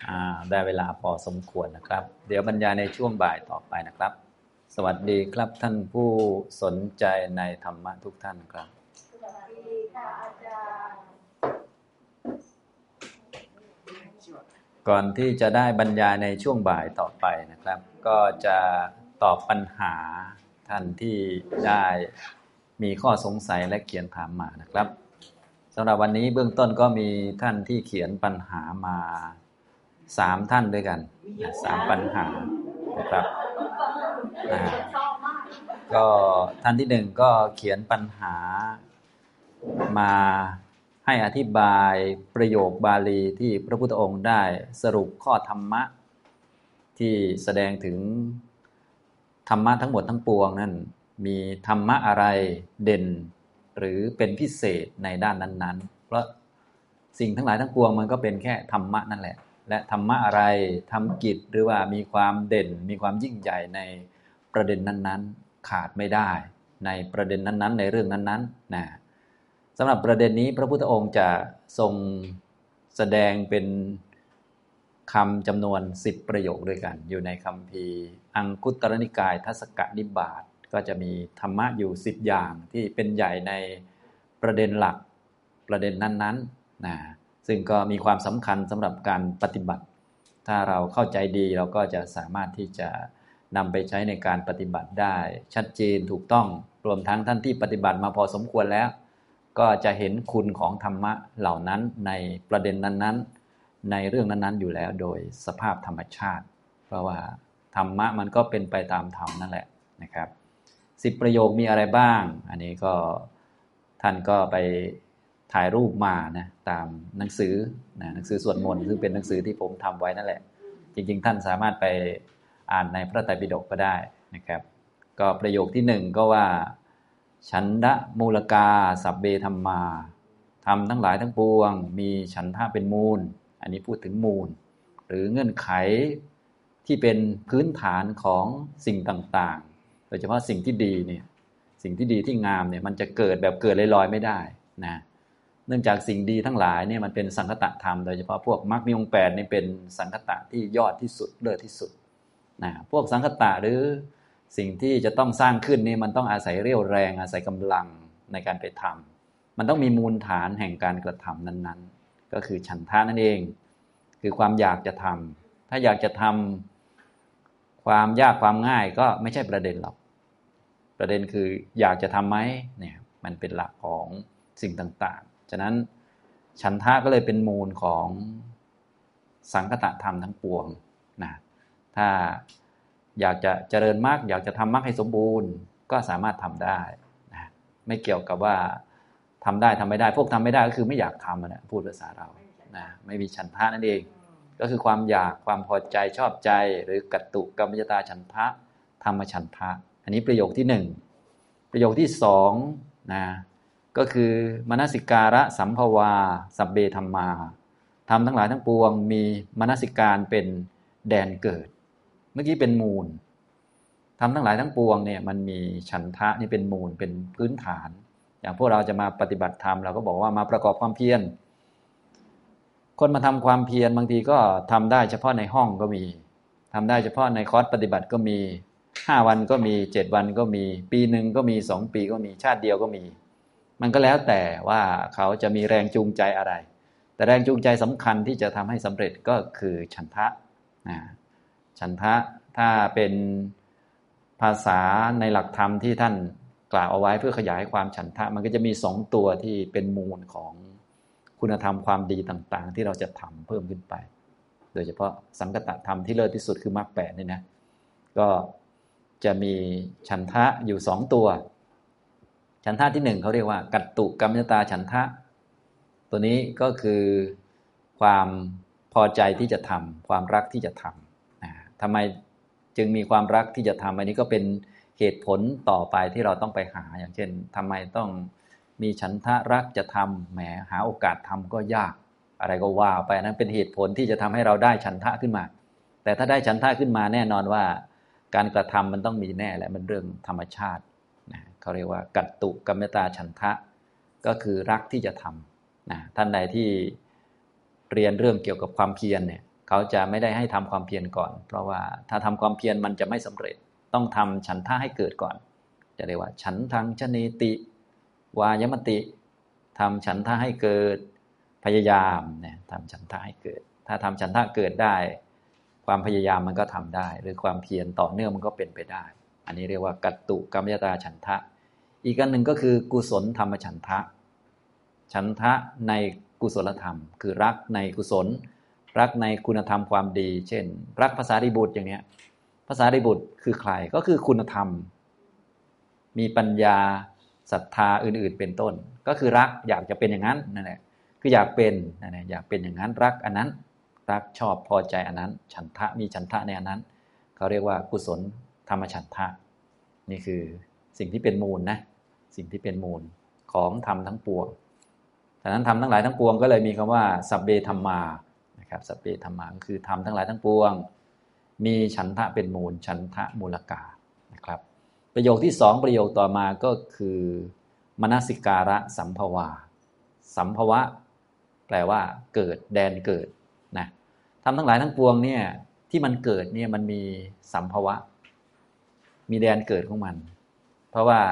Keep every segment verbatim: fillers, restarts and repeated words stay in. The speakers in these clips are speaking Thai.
อ่าได้เวลาพอสมควรนะครับเดี๋ยวบรรยายในช่วงบ่ายต่อไปนะครับสวัสดีครับท่านผู้สนใจในธรรมะทุกท่านครับสวัสดีค่ะอาจารย์ก่อนที่จะได้บรรยายในช่วงบ่ายต่อไปนะครับก็จะตอบปัญหาท่านที่ได้มีข้อสงสัยและเขียนถามมานะครับสำหรับวันนี้เบื้องต้นก็มีท่านที่เขียนปัญหามาสามท่านด้วยกันสามปัญหานะครับก็ท่านที่หนึ่งก็เขียนปัญหามาให้อธิบายประโยคบาลีที่พระพุทธองค์ได้สรุปข้อธรรมะที่แสดงถึงธรรมะทั้งหมดทั้งปวงนั้นมีธรรมะอะไรเด่นหรือเป็นพิเศษในด้านนั้นๆเพราะสิ่งทั้งหลายทั้งปวงมันก็เป็นแค่ธรรมะนั่นแหละและธรรมะอะไรทำกิจหรือว่ามีความเด่นมีความยิ่งใหญ่ในประเด็นนั้นๆขาดไม่ได้ในประเด็นนั้นๆในเรื่องนั้นๆนะสำหรับประเด็นนี้พระพุทธองค์จะทรงแสดงเป็นคำจำนวนสิบประโยคด้วยกันอยู่ในคัมภีร์อังคุตรนิกายทัสกนิบาตก็จะมีธรรมะอยู่สิบอย่างที่เป็นใหญ่ในประเด็นหลักประเด็นนั้นๆนะซึ่งก็มีความสำคัญสำหรับการปฏิบัติถ้าเราเข้าใจดีเราก็จะสามารถที่จะนำไปใช้ในการปฏิบัติได้ชัดเจนถูกต้องรวมทั้งท่านที่ปฏิบัติมาพอสมควรแล้วก็จะเห็นคุณของธรรมะเหล่านั้นในประเด็นนั้นๆในเรื่องนั้นๆอยู่แล้วโดยสภาพธรรมชาติเพราะว่าธรรมะมันก็เป็นไปตามธรรมนั่นแหละนะครับสิบประโยคมีอะไรบ้างอันนี้ก็ท่านก็ไปถ่ายรูปมานะตามหนังสือนะหนังสือสวดมนต์ซึ่งเป็นหนังสือที่ผมทำไว้นั่นแหละจริงๆท่านสามารถไปอ่านในพระไตรปิฎกก็ได้นะครับก็ประโยคที่หนึ่งก็ว่าฉันทะมูลกาสัพเบธัมมาธรรมทั้งหลายทั้งปวงมีฉันทะเป็นมูลอันนี้พูดถึงมูลหรือเงื่อนไขที่เป็นพื้นฐานของสิ่งต่างๆโดยเฉพาะสิ่งที่ดีเนี่ยสิ่งที่ดีที่งามเนี่ยมันจะเกิดแบบเกิดลอยๆไม่ได้นะเนื่องจากสิ่งดีทั้งหลายเนี่ยมันเป็นสังคตธรรมโดยเฉพาะพวกมรรคมีองค์แปดนี่เป็นสังคตะที่ยอดที่สุดเลิศที่สุดนะพวกสังคตะหรือสิ่งที่จะต้องสร้างขึ้นนี่มันต้องอาศัยเรี่ยวแรงอาศัยกำลังในการไปทำมันต้องมีมูลฐานแห่งการกระทำนั้นๆก็คือฉันทะนั่นเองคือความอยากจะทำถ้าอยากจะทำความยากความง่ายก็ไม่ใช่ประเด็นหรอกประเด็นคืออยากจะทำไหมเนี่ยมันเป็นหลักของสิ่งต่างๆฉะนั้นฉันทะก็เลยเป็นมูลของสังคตธรรมทั้งปวงนะถ้าอยากจะเจริญมรรคอยากจะทำมรรคให้สมบูรณ์ก็สามารถทำได้นะไม่เกี่ยวกับว่าทำได้ทำไม่ได้พวกทำไม่ได้ก็คือไม่อยากทำนะพูดภาษาเรานะไม่มีฉันทะนั่นเองก็คือความอยากความพอใจชอบใจหรือกัตตุกัมมัญญตาฉันทะธรรมฉันทะอันนี้ประโยคที่หนึ่งประโยคที่สองนะก็คือมนสิการะสัมภวาสัพเบธัมมาธรรมทั้งหลายทั้งปวงมีมนสิการเป็นแดนเกิดเมื่อกี้เป็นมูลธรรมทั้งหลายทั้งปวงเนี่ยมันมีฉันทะนี่เป็นมูลเป็นพื้นฐานอย่างพวกเราจะมาปฏิบัติธรรมเราก็บอกว่ามาประกอบความเพียรคนมาทำความเพียรบางทีก็ทำได้เฉพาะในห้องก็มีทำได้เฉพาะในคอร์สปฏิบัติก็มีห้าวันก็มีเจ็ดวันก็มีปีหนึ่งก็มีสองปีก็มีชาติเดียวก็มีมันก็แล้วแต่ว่าเขาจะมีแรงจูงใจอะไรแต่แรงจูงใจสำคัญที่จะทำให้สำเร็จก็คือฉันทะนะฉันทะถ้าเป็นภาษาในหลักธรรมที่ท่านกล่าวเอาไว้เพื่อขยายความฉันทะมันก็จะมีสองตัวที่เป็นมูลของคุณธรรมความดีต่างๆที่เราจะทำเพิ่มขึ้นไปโดยเฉพาะสังคตธรรมที่เลิศที่สุดคือมรรคแปดนี่นะก็จะมีฉันทะอยู่สองตัวฉันทะที่หนึ่งเขาเรียกว่ากัตตุกัมมัญญตาฉันทะตัวนี้ก็คือความพอใจที่จะทำความรักที่จะทำนะทำไมจึงมีความรักที่จะทำอันนี้ก็เป็นเหตุผลต่อไปที่เราต้องไปหาอย่างเช่นทำไมต้องมีฉันทะรักจะทำแหมหาโอกาสทำก็ยากอะไรก็ว่าไปนั้นเป็นเหตุผลที่จะทำให้เราได้ฉันทะขึ้นมาแต่ถ้าได้ฉันทะขึ้นมาแน่นอนว่าการกระทำมันต้องมีแน่แหละมันเรื่องธรรมชาตินะเขาเรียกว่ากัตตุกัมมัญญตาฉันทะก็คือรักที่จะทำนะท่านใดที่เรียนเรื่องเกี่ยวกับความเพียรเนี่ยเขาจะไม่ได้ให้ทำความเพียรก่อน เพราะว่าถ้าทำความเพียรมันจะไม่สำเร็จต้องทำฉันทะให้เกิดก่อนจะเรียกว่าฉันทังชเนติวายมติทำฉันทะให้เกิดพยายามเนี่ยทำฉันทะให้เกิดถ้าทำฉันทะเกิดได้ความพยายามมันก็ทำได้หรือความเพียรต่อเนื่องมันก็เป็นไปได้อันนี้เรียกว่ากัตตุกรรมยตาฉันทะอีกอันหนึ่งก็คือกุศลธรรมฉันทะฉันทะในกุศลธรรมคือรักในกุศลรักในคุณธรรมความดีเช่นรักภาษาริบุตรอย่างเนี้ยภาษาริบุตรคือใครก็คือคุณธรรมมีปัญญาศรัทธาอื่นๆเป็นต้นก็คือรักอยากจะเป็นอย่างนั้นนั่นแหละคืออยากเป็นนั่นแหละอยากเป็นอย่างนั้นรักอันนั้นรักชอบพอใจอันนั้นฉันทะมีฉันทะในอันนั้นเขาเรียกว่ากุศลธรรมฉันทะนี่คือสิ่งที่เป็นมูลนะสิ่งที่เป็นมูลของธรรมทั้งปวงฉะนั้นธรรมทั้งหลายทั้งปวงก็เลยมีคำว่าสัพเพธัมมานะครับสัพเพธัมมาก็คือธรรมทั้งหลายทั้งปวงมีฉันทะเป็นมูลฉันทะมูลกานะครับประโยคที่สองประโยคต่อมาก็คือมนสิการะสัมภวาสัมภวะแปลว่าเกิดแดนเกิดนะธรรมทั้งหลายทั้งปวงเนี่ยที่มันเกิดเนี่ยมันมีสัมภวะมีแดนเกิดของมันเพราะว่า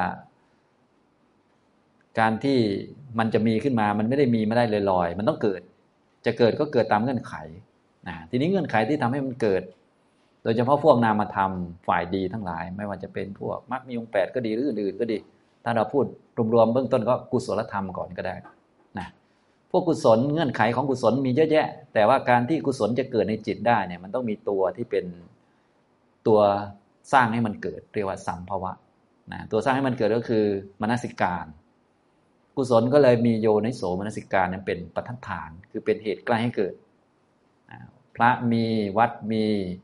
การที่มันจะมีขึ้นมามันไม่ได้มีไม่ได้ลอยๆมันต้องเกิดจะเกิดก็เกิดตามเงื่อนไขนะทีนี้เงื่อนไขที่ทำให้มันเกิดโดยเฉพาะพวกนามธรรมฝ่ายดีทั้งหลายไม่ว่าจะเป็นพวกมรรคมีองค์แปดก็ดีหรืออื่นๆก็ดีถ้าเราพูดรวมๆเบื้องต้นก็กุศลธรรมก่อนก็ได้นะพวกกุศลเงื่อนไขของกุศลมีเยอะแยะแต่ว่าการที่กุศลจะเกิดในจิตได้เนี่ยมันต้องมีตัวที่เป็นตัวสร้างให้มันเกิดเรียกว่าสัมภวะนะตัวสร้างให้มันเกิดก็คือมนสิการกุศลก็เลยมีโยนิโสมนสิการนั้นเป็นปัจจัยฐานคือเป็นเหตุใกล้ให้เกิดพระมีวัดมี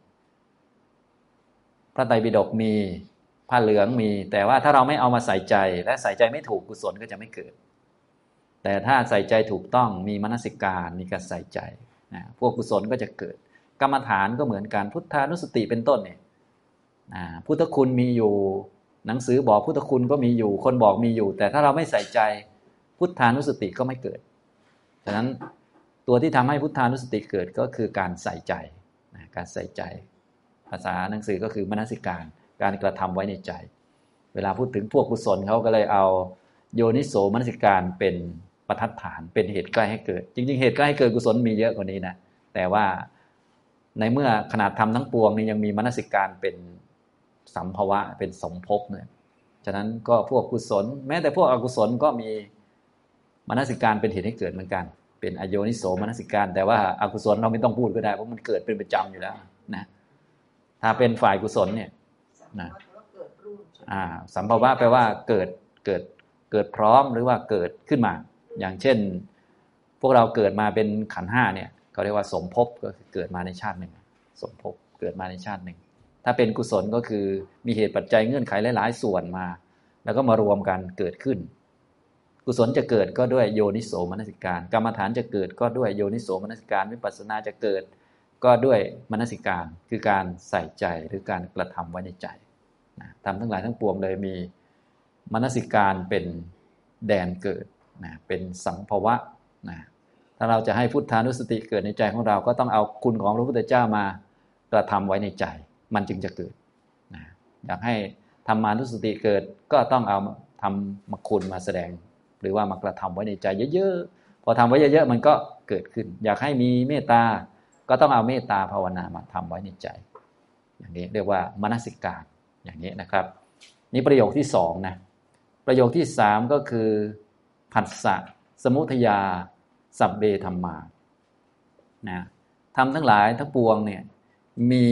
พระไตรปิฎกมีผ้าเหลืองมีแต่ว่าถ้าเราไม่เอามาใส่ใจและใส่ใจไม่ถูกกุศลก็จะไม่เกิดแต่ถ้าใส่ใจถูกต้องมีมนสิการมีการใส่ใจนะพวกกุศลก็จะเกิดกรรมฐานก็เหมือนกันพุทธานุสติเป็นต้นเนี่ยพุทธคุณมีอยู่หนังสือบอกพุทธคุณก็มีอยู่คนบอกมีอยู่แต่ถ้าเราไม่ใส่ใจพุทธานุสติก็ไม่เกิดฉะนั้นตัวที่ทำให้พุทธานุสติเกิดก็คือการใส่ใจนะการใส่ใจภาษาหนังสือก็คือมนสิการการกระทำไว้ในใจเวลาพูดถึงพวกกุศลเขาก็เลยเอาโยนิโสมนสิการเป็นประทัดฐานเป็นเหตุใกล้ให้เกิดจริงๆเหตุใกล้ให้เกิดกุศลมีเยอะกว่านี้นะแต่ว่าในเมื่อขนาดทำทั้งปวงนี้ยังมีมนสิการเป็นสัมภวะเป็นสมภพเนี่ยฉะนั้นก็พวกกุศลแม้แต่พวกอกุศลก็มีมนสิการเป็นเหตุให้เกิดเหมือนกันเป็นอโยนิโสมนสิการแต่ว่าอกุศลเราไม่ต้องพูดก็ได้เพราะมันเกิดเป็นประจำอยู่แล้วนะถ้าเป็นฝ่ายกุศลเนี่ยนะอ่าสัมภวะแปลว่าเกิดเกิดเกิดพร้อมหรือว่าเกิดขึ้นมาอย่างเช่นพวกเราเกิดมาเป็นขันธ์ห้าเนี่ยเขาเรียกว่าสมภพก็คือเกิดมาในชาติหนึ่งสมภพเกิดมาในชาติหนึ่งถ้าเป็นกุศลก็คือมีเหตุปัจจัยเงื่อนไขหลายๆส่วนมาแล้วก็มารวมกันเกิดขึ้นกุศลจะเกิดก็ด้วยโยนิโสมนสิการกรรมฐานจะเกิดก็ด้วยโยนิโสมนสิการวิปัสสนาจะเกิดก็ด้วยมนสิการคือการใส่ใจหรือการกระทำไว้ในใจนะทำทั้งหลายทั้งปวงเลยมีมนสิการเป็นแดนเกิดนะเป็นสัมภวะนะถ้าเราจะให้พุทธานุสติเกิดในใจของเราก็ต้องเอาคุณของพระพุทธเจ้ามากระทำไว้ในใจมันจึงจะเกิดนะอยากให้ธรรมานุสติเกิดก็ต้องเอาทำมคุณมาแสดงหรือว่ามากระทำไว้ในใจเยอะๆพอทำไว้เยอะๆมันก็เกิดขึ้นอยากให้มีเมตตาก็ต้องเอาเมตตาภาวนามาทำไว้ในใจอย่างนี้เรียกว่ามนสิการอย่างนี้นะครับนี่ประโยคที่สองนะประโยคที่สามก็คือผัสสะสมุทยาสัพเพธัมมานะธรรมทั้งหลายทั้งปวงเนี่ยมี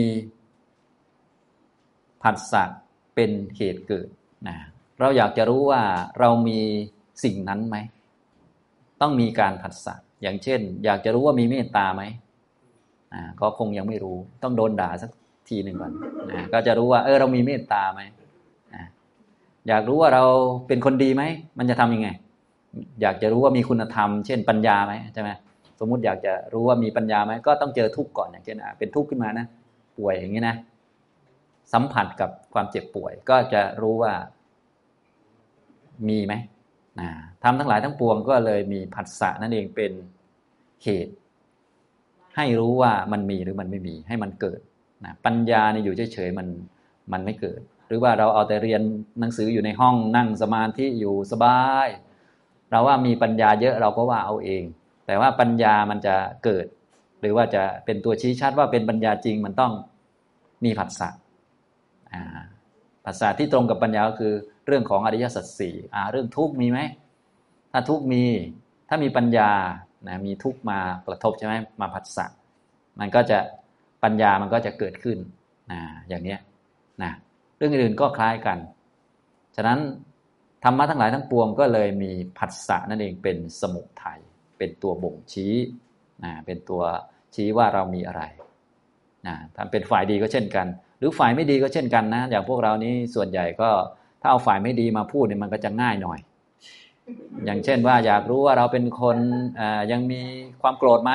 ผัสสะเป็นเหตุเกิดนะเราอยากจะรู้ว่าเรามีสิ่งนั้นไหมต้องมีการผัสสะอย่างเช่นอยากจะรู้ว่ามีเมตตาไหมอ่าก็คงยังไม่รู้ต้องโดนด่าสักทีหนึ่งก่อนนะก็จะรู้ว่าเออเรามีเมตตาไหมนะอยากรู้ว่าเราเป็นคนดีไหมมันจะทำยังไงอยากจะรู้ว่ามีคุณธรรมเช่นปัญญาไหมใช่ไหมสมมุติอยากจะรู้ว่ามีปัญญาไหมก็ต้องเจอทุกข์ก่อนอย่างเช่นเป็นทุกข์ขึ้นมานะป่วยอย่างนี้นะสัมผัสกับความเจ็บป่วยก็จะรู้ว่ามีไหมนะทำทั้งหลายทั้งปวงก็เลยมีผัสสะนั่นเองเป็นเหตุให้รู้ว่ามันมีหรือมันไม่มีให้มันเกิดนะปัญญาเนี่ยอยู่เฉยๆมันมันไม่เกิดหรือว่าเราเอาแต่เรียนหนังสืออยู่ในห้องนั่งสมาธิอยู่สบายเราว่ามีปัญญาเยอะเราก็ว่าเอาเองแต่ว่าปัญญามันจะเกิดหรือว่าจะเป็นตัวชี้ชัดว่าเป็นปัญญาจริงมันต้องมีผัสสะอ่าผัสสะที่ตรงกับปัญญาก็คือเรื่องของอริยสัจสี่อ่าเรื่องทุกข์มีไหมถ้าทุกข์มีถ้ามีปัญญานะมีทุกข์มากระทบใช่ไหมมาผัสสะมันก็จะปัญญามันก็จะเกิดขึ้นนะอย่างเนี้ยนะเรื่องอื่นก็คล้ายกันฉะนั้นธรรมะทั้งหลายทั้งปวงก็เลยมีผัสสะนั่นเองเป็นสมุทัยเป็นตัวบ่งชี้นะเป็นตัวชี้ว่าเรามีอะไรนะถ้าเป็นฝ่ายดีก็เช่นกันหรือฝ่ายไม่ดีก็เช่นกันนะอย่างพวกเรานี้ส่วนใหญ่ก็ถ้าเอาฝ่ายไม่ดีมาพูดเนี่ยมันก็จะง่ายหน่อยอย่างเช่นว่าอยากรู้ว่าเราเป็นคนยังมีความโกรธไหม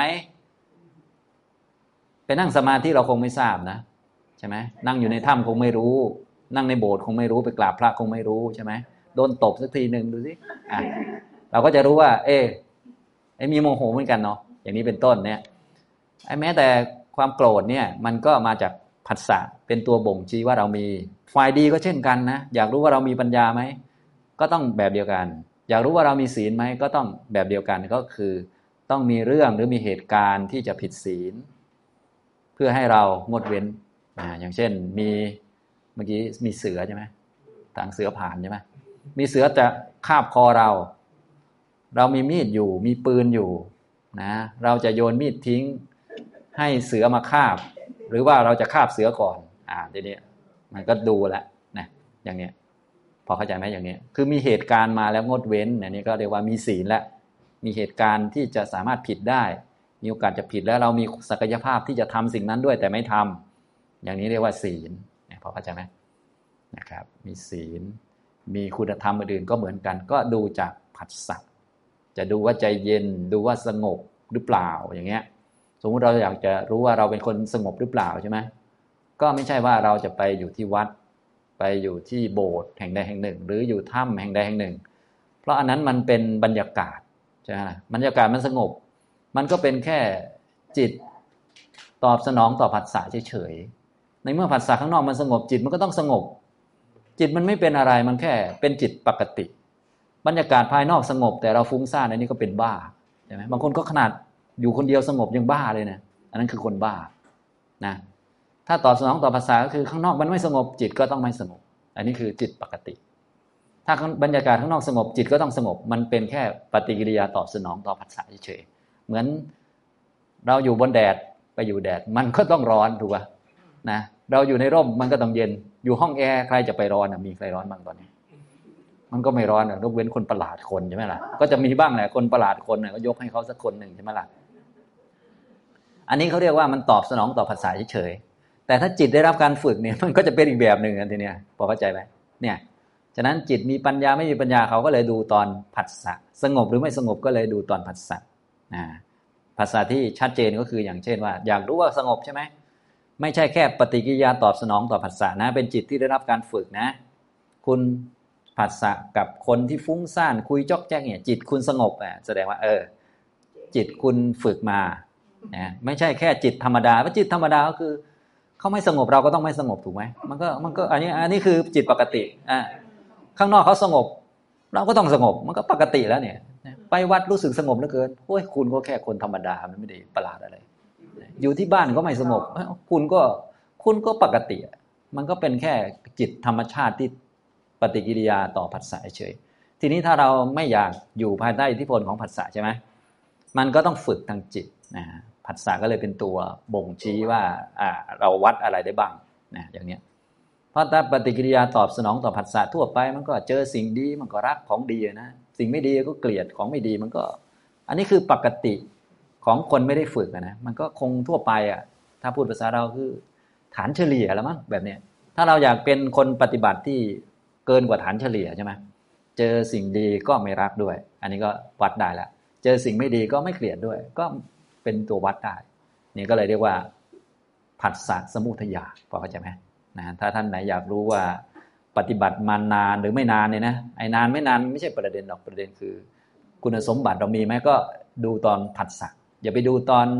ไปนั่งสมาธิเราคงไม่ทราบนะใช่ไหมนั่งอยู่ในถ้ำคงไม่รู้นั่งในโบสถ์คงไม่รู้ไปกราบพระคงไม่รู้ใช่ไหมโดนตบสักทีหนึ่งดูสิอ่ะเราก็จะรู้ว่าเอ๊ะไอ้มีโมโหเหมือนกันเนาะอย่างนี้เป็นต้นเนี่ยไอ้แม้แต่ความโกรธเนี่ยมันก็มาจากผัสสะเป็นตัวบ่งชี้ว่าเรามีฝ่ายดีก็เช่นกันนะอยากรู้ว่าเรามีปัญญาไหมก็ต้องแบบเดียวกันอยากรู้ว่าเรามีศีลไหมก็ต้องแบบเดียวกันก็คือต้องมีเรื่องหรือมีเหตุการณ์ที่จะผิดศีลเพื่อให้เรางดเว้นอ่าอย่างเช่นมีเมื่อกี้มีเสือใช่ไหมทางเสือผ่านใช่ไหมมีเสือจะคาบคอเราเรามีมีดอยู่มีปืนอยู่นะเราจะโยนมีดทิ้งให้เสือมาคาบหรือว่าเราจะคาบเสือก่อนอ่าทีนี้มันก็ดูแล้วนะอย่างเนี้ยพอเข้าใจไหมอย่างนี้คือมีเหตุการณ์มาแล้วงดเว้นอันนี้ก็เรียกว่ามีศีลแล้วมีเหตุการณ์ที่จะสามารถผิดได้มีโอกาสจะผิดแล้วเรามีศักยภาพที่จะทำสิ่งนั้นด้วยแต่ไม่ทำอย่างนี้เรียกว่าศีลพอเข้าใจไหมนะครับมีศีลมีคุณธรรมอื่นก็เหมือนกันก็ดูจากผัสสะจะดูว่าใจเย็นดูว่าสงบหรือเปล่าอย่างเงี้ยสมมุติเราอยากจะรู้ว่าเราเป็นคนสงบหรือเปล่าใช่ไหมก็ไม่ใช่ว่าเราจะไปอยู่ที่วัดไปอยู่ที่โบสถ์แห่งใดแห่งหนึ่งหรืออยู่ถ้ำแห่งใดแห่งหนึ่งเพราะอันนั้นมันเป็นบรรยากาศใช่ไหมบรรยากาศมันสงบมันก็เป็นแค่จิตตอบสนองต่อผัสสะเฉยๆในเมื่อผัสสะข้างนอกมันสงบจิตมันก็ต้องสงบจิตมันไม่เป็นอะไรมันแค่เป็นจิตปกติบรรยากาศภายนอกสงบแต่เราฟุ้งซ่านอันนี้ก็เป็นบ้าใช่ไหมบางคนก็ขนาดอยู่คนเดียวสงบยังบ้าเลยนะอันนั้นคือคนบ้านะถ้าตอบสนองต่อภาษาก็คือข้างนอกมันไม่สงบจิตก็ต้องไม่สงบอันนี้คือจิตปกติถ้าบรรยากาศข้างนอกสงบจิตก็ต้องสงบมันเป็นแค่ปฏิกิริยาตอบสนองต่อภาษาเฉยๆเหมือนเราอยู่บนแดดไปอยู่แดดมันก็ต้องร้อนถูกป่ะนะเราอยู่ในร่มมันก็ต้องเย็นอยู่ห้องแอร์ใครจะไปร้อนมีใครร้อนบ้างตอนนี้มันก็ไม่ร้อนยกเว้นคนประหลาดคนใช่ไหมล่ะก็จะมีบ้างแหละคนประหลาดคนก็ยกให้เขาสักคนหนึ่งใช่ไหมล่ะอันนี้เขาเรียกว่ามันตอบสนองต่อภาษาเฉยๆแต่ถ้าจิตได้รับการฝึกเนี่ยมันก็จะเป็นอีกแบบหนึ่งอันทีเนี้ยพอเข้าใจไหมเนี่ยฉะนั้นจิตมีปัญญาไม่มีปัญญาเขาก็เลยดูตอนผัสสะสงบหรือไม่สงบก็เลยดูตอนผัสสะนะภาษาที่ชัดเจนก็คืออย่างเช่นว่าอยากรู้ว่าสงบใช่ไหมไม่ใช่แค่ปฏิกิริยาตอบสนองต่อผัสสะนะเป็นจิตที่ได้รับการฝึกนะคุณผัสสะกับคนที่ฟุ้งซ่านคุยจอกแจ๊กเนี่ยจิตคุณสงบอ่ะแสดงว่าเออจิตคุณฝึกมานะไม่ใช่แค่จิตธรรมดาเพราะจิตธรรมดาก็คือเขาไม่สงบเราก็ต้องไม่สงบถูกไหมมันก็มันก็อันนี้อันนี้คือจิตปกติอ่ะข้างนอกเขาสงบเราก็ต้องสงบมันก็ปกติแล้วเนี่ยไปวัดรู้สึกสงบเหลือเกินโอ้ยคุณก็แค่คนธรรมดามันไม่ได้ประหลาดอะไรอยู่ที่บ้านก็ไม่สงบคุณก็คุณก็ปกติมันก็เป็นแค่จิตธรรมชาติที่ปฏิกิริยาต่อผัสสะเฉยทีนี้ถ้าเราไม่อยากอยู่ภายใต้อิทธิพลของผัสสะใช่ไหมมันก็ต้องฝึกทางจิตนะผัสสะก็เลยเป็นตัวบ่งชี้ว่าอ่าเราวัดอะไรได้บ้างนะอย่างเนี้ยเพราะถ้าปฏิกิริยาตอบสนองต่อผัสสะทั่วไปมันก็เจอสิ่งดีมันก็รักของดีนะสิ่งไม่ดีก็เกลียดของไม่ดีมันก็อันนี้คือปกติของคนไม่ได้ฝึกนะมันก็คงทั่วไปอ่ะถ้าพูดภาษาเราคือฐานเฉลี่ยแล้วมั้งแบบเนี้ยถ้าเราอยากเป็นคนปฏิบัติที่เกินกว่าฐานเฉลี่ยใช่ไหมเจอสิ่งดีก็ไม่รักด้วยอันนี้ก็วัดได้แล้วเจอสิ่งไม่ดีก็ไม่เกลียดด้วยก็เป็นตัววัดได้นี่ก็เลยเรียกว่าผัสสะสมุทัยญาณพอเข้าใจไหมนะถ้าท่านไหนอยากรู้ว่าปฏิบัติมานานหรือไม่นานเนี่ยนะไอ้นานไม่นานไม่ใช่ประเด็นหรอกประเด็นคือคุณสมบัติเรามีไหมก็ดูตอนผัสสะอย่าไปดูตอน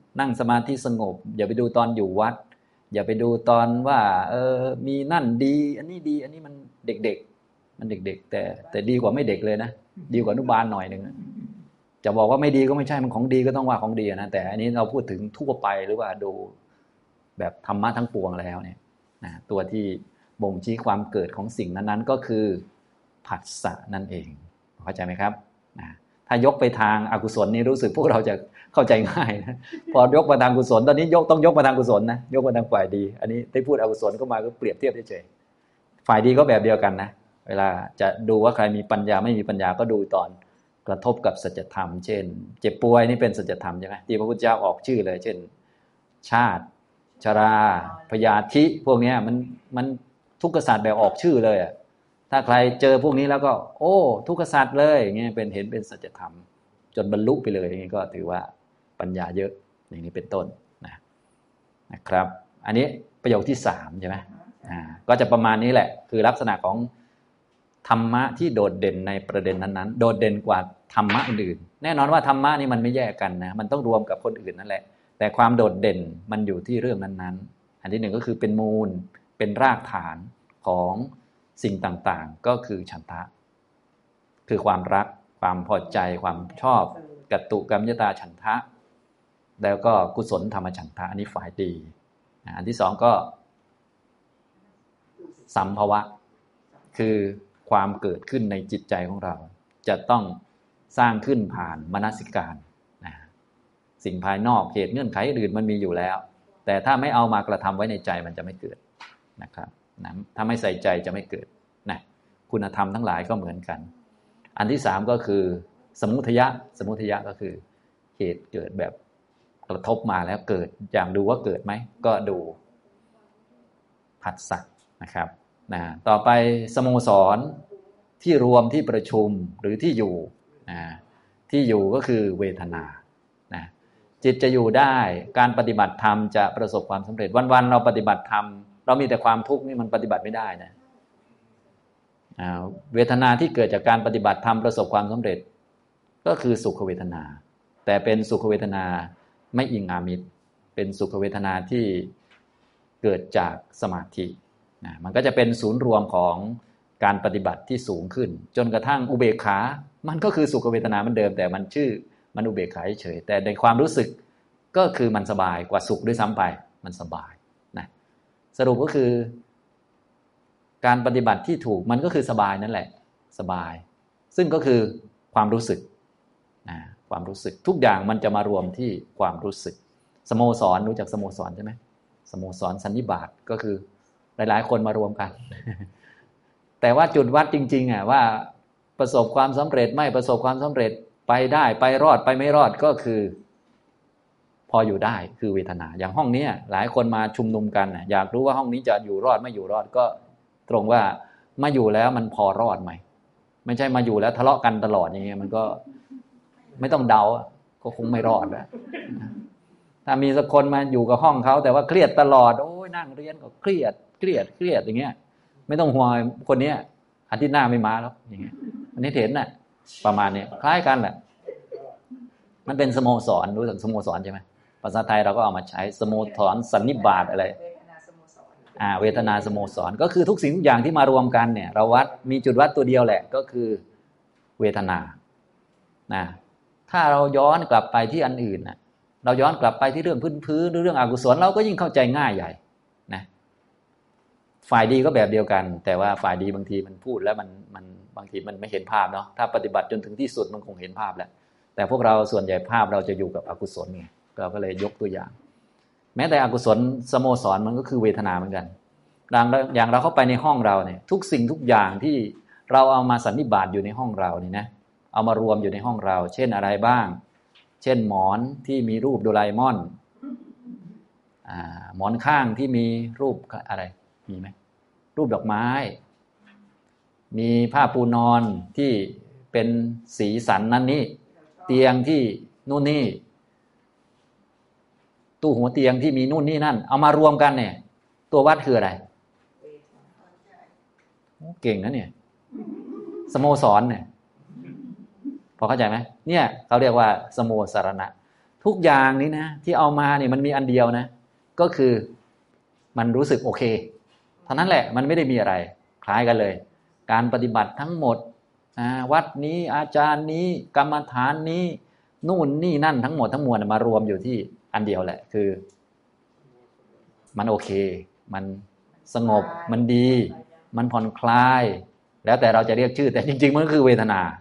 นั่งสมาธิสงบอย่าไปดูตอนอยู่วัดอย่าไปดูตอนว่าเออมีนั่นดีอันนี้ดีอันนี้มันเด็กๆมันเด็กๆแต่แต่ดีกว่าไม่เด็กเลยนะดีกว่าอนุบาลหน่อยนึงจะบอกว่าไม่ดีก็ไม่ใช่มันของดีก็ต้องว่าของดีนะแต่อันนี้เราพูดถึงทั่วไปหรือว่าดูแบบธรรมะทั้งปวงแล้วเนี่ยนะตัวที่บ่งชี้ความเกิดของสิ่งนั้นๆก็คือผัสสะนั่นเองเข้าใจไหมครับนะถ้ายกไปทางอกุศลนี่รู้สึกพวกเราจะเข้าใจง่ายนะพอยกมาทางกุศลตอนนี้ยกต้องยกมาทางกุศลนะยกมาทางฝ่ายดีอันนี้ได้พูดอกุศลก็มาก็เปรียบเทียบเฉยๆฝ่ายดีก็แบบเดียวกันนะเวลาจะดูว่าใครมีปัญญาไม่มีปัญญาก็ดูตอนกระทบกับสัจธรรมเช่นเจ็บป่วยนี่เป็นสัจธรรมใช่ไหมที่พระพุทธเจ้าออกชื่อเลยเช่นชาติชราพยาธิพวกนี้มันมันทุกขศาสตร์แบบออกชื่อเลยอะถ้าใครเจอพวกนี้แล้วก็โอ้ทุกขศาสตร์เลยอย่างเงี้ยเป็นเห็นเป็นสัจธรรมจนบรรลุไปเลยอย่างนี้ก็ถือว่าปัญญาเยอะอย่างนี้เป็นต้นนะนะครับอันนี้ประโยคที่สามใช่ไหมอ่าก็จะประมาณนี้แหละคือลักษณะของธรรมะที่โดดเด่นในประเด็นนั้นๆโดดเด่นกว่าธรรมะอื่นแน่นอนว่าธรรมะนี่มันไม่แยกกันนะมันต้องรวมกับคนอื่นนั่นแหละแต่ความโดดเด่นมันอยู่ที่เรื่องนั้นๆอันที่หนึ่งก็คือเป็นมูลเป็นรากฐานของสิ่งต่างๆก็คือฉันทะคือความรักความพอใจความชอบกัตตุกัมมยตาฉันทะแล้วก็กุศลธรรมฉันทะอันนี้ฝ่ายดีอันที่สองก็สัมภวะคือความเกิดขึ้นในจิตใจของเราจะต้องสร้างขึ้นผ่านมนสิการนะสิ่งภายนอกเหตุเงื่อนไขอื่นมันมีอยู่แล้วแต่ถ้าไม่เอามากระทำไว้ในใจมันจะไม่เกิดนะครับนะถ้าไม่ใส่ใจจะไม่เกิดนะคุณธรรมทั้งหลายก็เหมือนกันอันที่สามก็คือสมุทัยะสมุทัยะก็คือเหตุเกิดแบบกระทบมาแล้วเกิดอย่างดูว่าเกิดไหมก็ดูผัสสะนะครับนะต่อไปสโมสรที่รวมที่ประชุมหรือที่อยู่นะที่อยู่ก็คือเวทนานะจิตจะอยู่ได้การปฏิบัติธรรมจะประสบความสำเร็จวันๆเราปฏิบัติธรรมเรามีแต่ความทุกข์นี่มันปฏิบัติไม่ได้นะเวทนาที่เกิดจากการปฏิบัติธรรมประสบความสำเร็จก็คือสุขเวทนาแต่เป็นสุขเวทนาไม่อิงอามิตรเป็นสุขเวทนาที่เกิดจากสมาธินะมันก็จะเป็นศูนย์รวมของการปฏิบัติที่สูงขึ้นจนกระทั่งอุเบกขามันก็คือสุขเวทนาเหมือนเดิมแต่มันชื่อมันอุเบกขาเฉยแต่ในความรู้สึกก็คือมันสบายกว่าสุขด้วยซ้ำไปมันสบายนะสรุปก็คือการปฏิบัติที่ถูกมันก็คือสบายนั่นแหละสบายซึ่งก็คือความรู้สึกนะความรู้สึกทุกอย่างมันจะมารวมที่ความรู้สึกสโมสรรู้จักสโมสรใช่ไหมสโมสรสันนิบาตก็คือหลายๆคนมารวมกัน แต่ว่าจุดวัดจริงๆอ่ะว่าประสบความสำเร็จไม่ประสบความสำเร็จไปได้ไปรอดไปไม่รอดก็คือพออยู่ได้คือเวทนาอย่างห้องนี้หลายคนมาชุมนุมกันอยากรู้ว่าห้องนี้จะอยู่รอดไม่อยู่รอดก็ตรงว่ามาอยู่แล้วมันพอรอดไหมไม่ใช่มาอยู่แล้วทะเลาะกันตลอดอย่างเงี้ยมันก็ไม่ต้องเดาก็คงไม่รอดแล้วถ้ามีสักคนมาอยู่กับห้องเขาแต่ว่าเครียดตลอดโอ้ยนั่งเรียนก็เครียดเครียดเครียดอย่างเงี้ยไม่ต้องห่วงคนเนี้ยอาทิตย์หน้าไม่มาแล้วอย่างเงี้ยอันนี้เห็นน่ะประมาณนี้คล้ายกันแหละมันเป็นสโมสรรู้จักสโมสรใช่ไหมภาษาไทยเราก็เอามาใช้สโมสรสันนิบาตอะไรอ่าเวทนาสโมสรก็คือทุกสิ่งทุกอย่างที่มารวมกันเนี่ยเราวัดมีจุดวัดตัวเดียวแหละก็คือเวทนานะถ้าเราย้อนกลับไปที่อันอื่นนะเราย้อนกลับไปที่เรื่องพื้นๆหรือเรื่องอกุศลเราก็ยิ่งเข้าใจง่ายใหญ่นะฝ่ายดีก็แบบเดียวกันแต่ว่าฝ่ายดีบางทีมันพูดแล้วมันมันบางทีมันไม่เห็นภาพเนาะถ้าปฏิบัติจนถึงที่สุดมันคงเห็นภาพแล้วแต่พวกเราส่วนใหญ่ภาพเราจะอยู่กับอกุศลไงเราก็เลยยกตัวอย่างแม้แต่อกุศลสโมสรมันก็คือเวทนาเหมือนกันดังอย่างเราเข้าไปในห้องเราเนี่ยทุกสิ่งทุกอย่างที่เราเอามาสันนิบาตอยู่ในห้องเรานี่นะเอามารวมอยู่ในห้องเราเช่นอะไรบ้างเช่นหมอนที่มีรูปโดราเอมอนอ่าหมอนข้างที่มีรูปอะไรมีไหมรูปดอกไม้มีผ้าปูนอนที่เป็นสีสันนั้นนี่เตียงที่นู่นนี่ตู้หัวเตียงที่มีนู่นนี่นั่นเอามารวมกันเนี่ยตัววัดคืออะไรเก่งนะเนี่ยสโมสรเนี่ยพอเข้าใจไหมเนี่ยเขาเรียกว่าสโมสรณะทุกอย่างนี้นะที่เอามาเนี่ยมันมีอันเดียวนะก็คือมันรู้สึกโอเคเท่านั้นแหละมันไม่ได้มีอะไรคล้ายกันเลยการปฏิบัติทั้งหมดวัดนี้อาจารย์นี้กรรมฐานนี้นู่นนี่นั่นทั้งหมดทั้งมวลมารวมอยู่ที่อันเดียวแหละคือมันโอเคมันสงบมันดีมันผ่อนคลายแล้วแต่เราจะเรียกชื่อแต่จริงๆมันก็คือเวทนา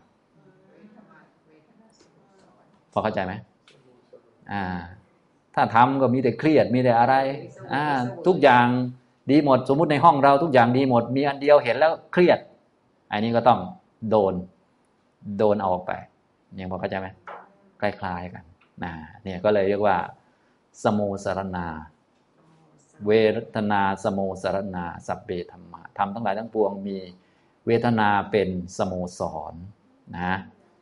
พอเข้าใจไหมอ่าถ้าทำก็มีแต่เครียดมีแต่อะไรอ่าทุกอย่างดีหมดสมมุติในห้องเราทุกอย่างดีหมดมีอันเดียวเห็นแล้วเครียดอันนี้ก็ต้องโดนโดนเอาออกไปยังพอเข้าใจไหมคล้ายๆกันนะเนี่ยก็เลยเรียกว่าสโมสรณาเวทนาสโมสรณาสัพเพธัมมาธรรมทั้งหลายทั้งปวงมีเวทนาเป็นสโมสรนะ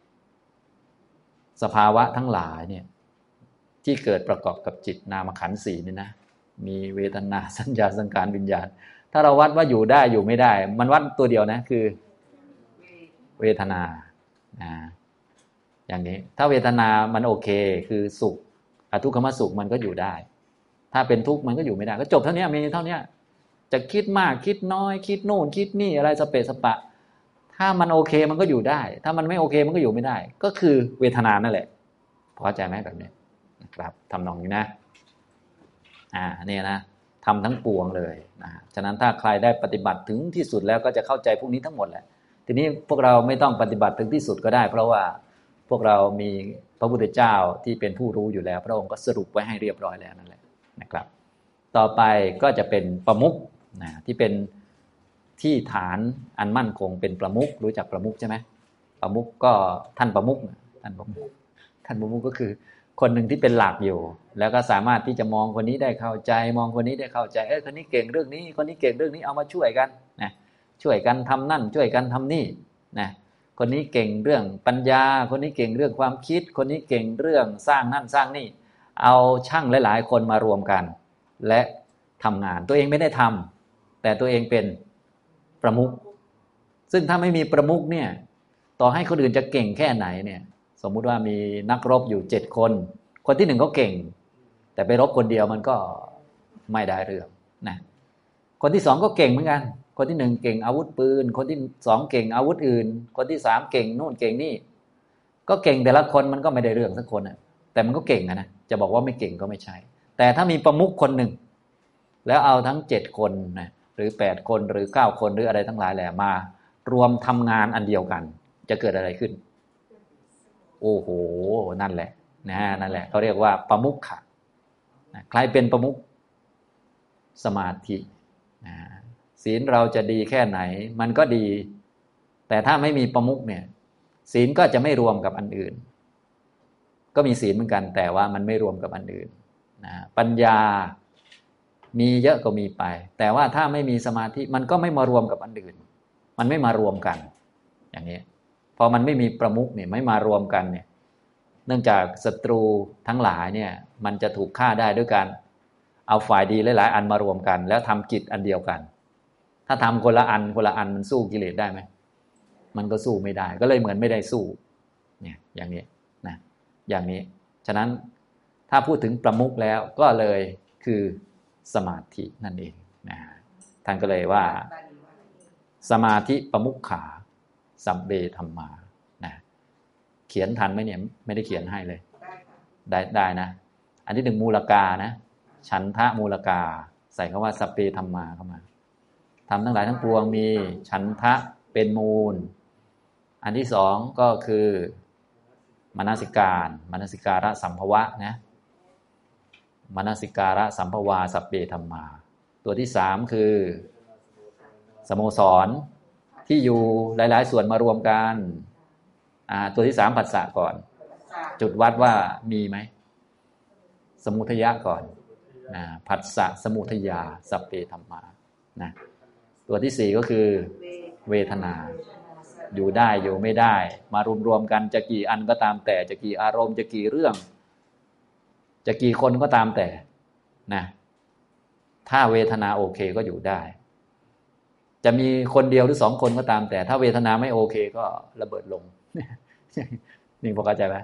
สภาวะทั้งหลายเนี่ยที่เกิดประกอบกับจิตนามขันธ์สี่นี่นะมีเวทนาสัญญาสังขารวิญญาณถ้าเราวัดว่าอยู่ได้อยู่ไม่ได้มันวัดตัวเดียวนะคือเวทนานะอย่างนี้ถ้าเวทนามันโอเคคือสุขอทุกขมสุขมันก็อยู่ได้ถ้าเป็นทุกข์มันก็อยู่ไม่ได้ก็จบเท่านี้มีเท่านี้จะคิดมากคิดน้อยคิดโน่นคิดนี่อะไรสเปะสปะถ้ามันโอเคมันก็อยู่ได้ถ้ามันไม่โอเคมันก็อยู่ไม่ได้ก็คือเวทนานั่นแหละพอใจไหมแบบนี้นะครับทำนองนี้นะอ่าเนี่ยนะทำทั้งปวงเลยนะฉะนั้นถ้าใครได้ปฏิบัติถึงที่สุดแล้วก็จะเข้าใจพวกนี้ทั้งหมดแหละทีนี้พวกเราไม่ต้องปฏิบัติถึงที่สุดก็ได้เพราะว่าพวกเรามีพระพุทธเจ้าที่เป็นผู้รู้อยู่แล้วพระองค์ก็สรุปไว้ให้เรียบร้อยแล้วนั่นแหละนะครับต่อไปก็จะเป็นประมุขนะที่เป็นที่ฐานอันมั่นคงเป็นประมุขรู้จักประมุขใช่ไหมประมุขก็ท่านประมุขท่านประมุขท่านประมุขก็คือคนหนึ่งที่เป็นหลักอยู่แล้วก็สามารถที่จะมองคนนี้ได้เข้าใจมองคนนี้ได้เข้าใจเออคนนี้เก่งเรื่องนี้คนนี้เก่งเรื่องนี้เอามาช่วยกันนะช่วยกันทำนั่นช่วยกันทำนี่นะคนนี้เก่งเรื่องปัญญาคนนี้เก่งเรื่องความคิดคนนี้เก่งเรื่องสร้างนั่นสร้างนี่เอาช่างหลายๆคนมารวมกันและทำงานตัวเองไม่ได้ทำแต่ตัวเองเป็นประมุขซึ่งถ้าไม่มีประมุขเนี่ยต่อให้คนอื่นจะเก่งแค่ไหนเนี่ยสมมุติว่ามีนักรบอยู่เจ็ดคนคนที่หนึ่งก็เก่งแต่ไปรบคนเดียวมันก็ไม่ได้เรื่องนะคนที่สองก็เก่งเหมือนกันคนที่หนึ่งเก่งอาวุธปืนคนที่สองเก่งอาวุธอื่นคนที่สามเก่งโน่นเก่งนี่ก็เก่งแต่ละคนมันก็ไม่ได้เรื่องสักคนนะแต่มันก็เก่งนะนะจะบอกว่าไม่เก่งก็ไม่ใช่แต่ถ้ามีประมุขคนหนึ่งแล้วเอาทั้งเจ็ดคนนะหรือแปดคนหรือเก้าคนหรืออะไรทั้งหลายแหละมารวมทำงานอันเดียวกันจะเกิดอะไรขึ้นโอ้โหนั่นแหละนะนั่นแหละเขาเรียกว่าประมุขค่ะใครเป็นประมุขสมาธินะศีลเราจะดีแค่ไหนมันก็ดีแต่ถ้าไม่มีประมุขเนี่ยศีลก็จะไม่รวมกับอันอื่นก็มีศีลเหมือนกันแต่ว่ามันไม่รวมกับอันอื่นนะปัญญามีเยอะก็มีไปแต่ว่าถ้าไม่มีสมาธิมันก็ไม่มารวมกับอันอื่นมันไม่มารวมกันอย่างนี้พอมันไม่มีประมุขเนี่ยไม่มารวมกันเนี่ยเนื่องจากศัตรูทั้งหลายเนี่ยมันจะถูกฆ่าได้ด้วยการเอาฝ่ายดีหลายๆอันมารวมกันแล้วทำกิจอันเดียวกันถ้าทำคนละอันคนละอันมันสู้กิเลสได้ไหมมันก็สู้ไม่ได้ก็เลยเหมือนไม่ได้สู้เนี่ยอย่างนี้นะอย่างนี้ฉะนั้นถ้าพูดถึงประมุขแล้วก็เลยคือสมาธินั่นเองนะท่านก็เลยว่าสมาธิประมุขขาสัมเบธัมมานะเขียนทันไหมเนี่ยไม่ได้เขียนให้เลยได้ได้นะอันที่หนึ่งมูลกานะฉันทะมูลกาใส่คำว่าสัพเพธัมมาเข้ามาทำทั้งหลายทั้งปวงมีฉันทะเป็นมูลอันที่สองก็คือมนสิการมนสิการะสัมภวะนะมนสิการะสัมภวาสัพเพธัมมาตัวที่สามคือสโมสรที่อยู่หลายๆส่วนมารวมกันอ่าตัวที่สามผัสสะก่อนจุดวัดว่ามีไหมสมุทัยะก่อนนะผัสสะสมุทัยาสัพเพธัมมานะตัวที่สี่ก็คือเวทนาอยู่ได้อยู่ไม่ได้มารวมๆกันจะกี่อันก็ตามแต่จะกี่อารมณ์จะกี่เรื่องจะกี่คนก็ตามแต่นะถ้าเวทนาโอเคก็อยู่ได้จะมีคนเดียวหรือสองคนก็ตามแต่ถ้าเวทนาไม่โอเคก็ระเบิดลงนี่พอเข้าใจไหม